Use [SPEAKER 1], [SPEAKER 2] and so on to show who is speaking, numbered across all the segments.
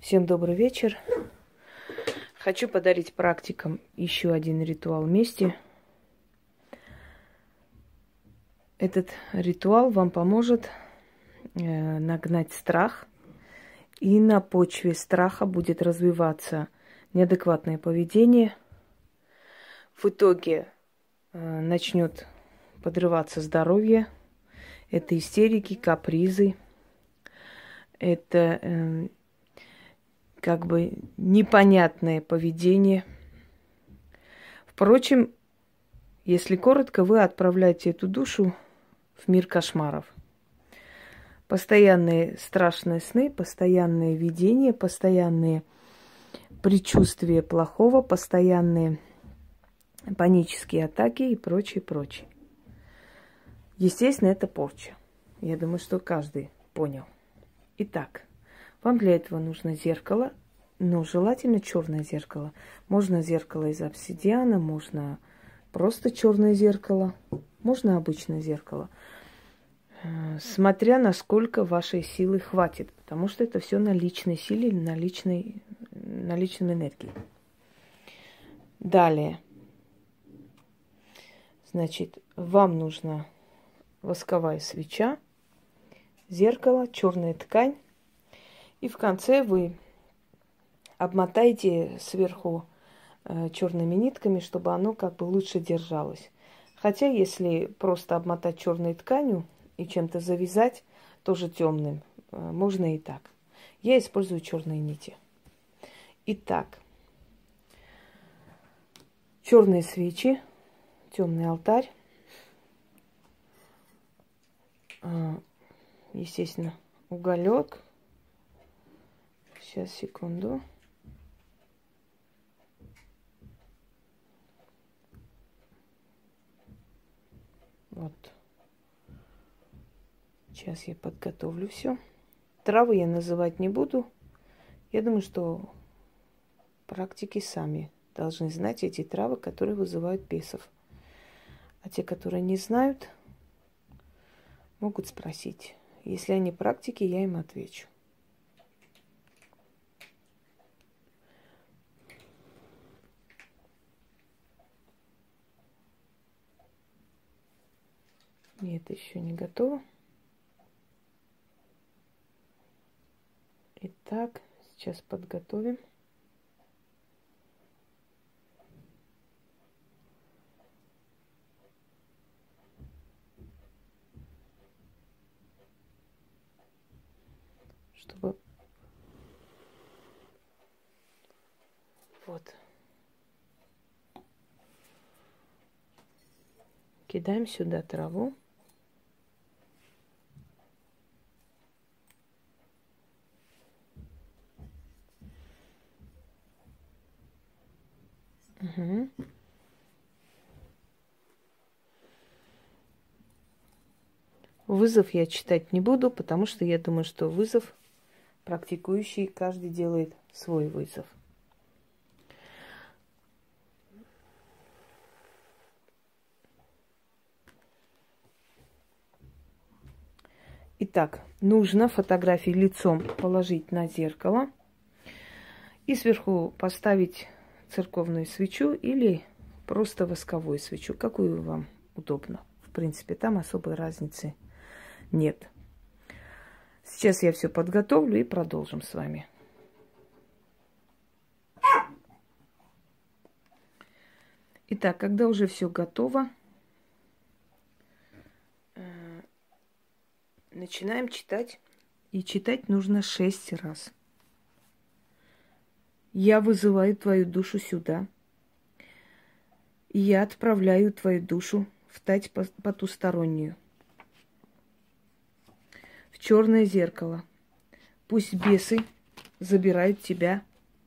[SPEAKER 1] Всем добрый вечер. Хочу подарить практикам еще один ритуал вместе. Этот ритуал вам поможет нагнать страх, и на почве страха будет развиваться неадекватное поведение. В итоге начнет подрываться здоровье. Это истерики, капризы. Это как бы непонятное поведение. Впрочем, если коротко, вы отправляете эту душу в мир кошмаров. Постоянные страшные сны, постоянные видения, постоянные предчувствия плохого, постоянные панические атаки и прочее, прочее. Естественно, это порча. Я думаю, что каждый понял. Итак, вам для этого нужно зеркало, но желательно черное зеркало. Можно зеркало из обсидиана, можно просто черное зеркало, можно обычное зеркало. Смотря насколько вашей силы хватит, потому что это все на личной силе, на личной энергии. Далее. Значит, вам нужна восковая свеча, зеркало, черная ткань. И в конце вы обмотаете сверху черными нитками, чтобы оно как бы лучше держалось. Хотя, если просто обмотать черной тканью и чем-то завязать, тоже темным, можно и так. Я использую черные нити. Итак, черные свечи, темный алтарь. Естественно, уголек. Сейчас, секунду. Вот. Сейчас я подготовлю все. Травы я называть не буду. Я думаю, что практики сами должны знать эти травы, которые вызывают бесов. А те, которые не знают, могут спросить. Если они практики, я им отвечу. Нет, это еще не готово. Итак, сейчас подготовим. Чтобы вот. Кидаем сюда траву. Угу. Вызов я читать не буду, потому что я думаю, что вызов практикующий, каждый делает свой вызов. Итак, нужно фотографии лицом положить на зеркало и сверху поставить церковную свечу или просто восковую свечу, какую вам удобно. В принципе, там особой разницы нет. Сейчас я все подготовлю и продолжим с вами. Итак, когда уже все готово, начинаем читать. И читать нужно 6 раз. Я вызываю твою душу сюда. И я отправляю твою душу в тать потустороннюю. В черное зеркало. Пусть бесы забирают тебя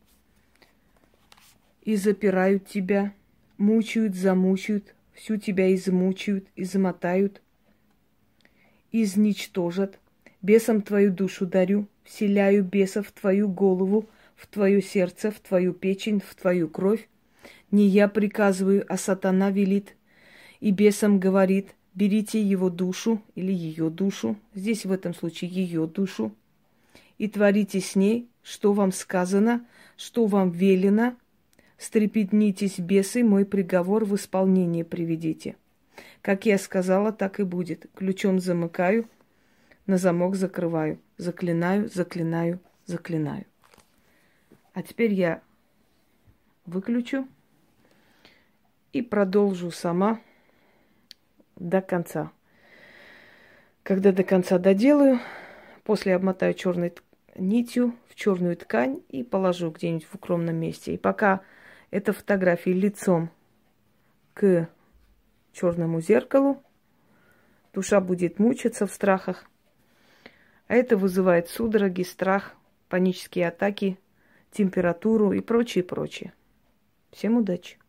[SPEAKER 1] и запирают тебя, мучают, замучают, всю тебя измучают, измотают, изничтожат. Бесам твою душу дарю, вселяю бесов в твою голову, в твое сердце, в твою печень, в твою кровь. Не я приказываю, а сатана велит. И бесам говорит: берите его душу или ее душу, здесь в этом случае ее душу, и творите с ней, что вам сказано, что вам велено. Стрепетнитесь, бесы, мой приговор в исполнение приведите. Как я сказала, так и будет. Ключом замыкаю, на замок закрываю. Заклинаю, заклинаю, заклинаю. А теперь я выключу и продолжу сама до конца. Когда до конца доделаю, после обмотаю черной нитью в черную ткань и положу где-нибудь в укромном месте. И пока эта фотография лицом к черному зеркалу, душа будет мучиться в страхах. А это вызывает судороги, страх, панические атаки, температуру и прочее, прочее. Всем удачи!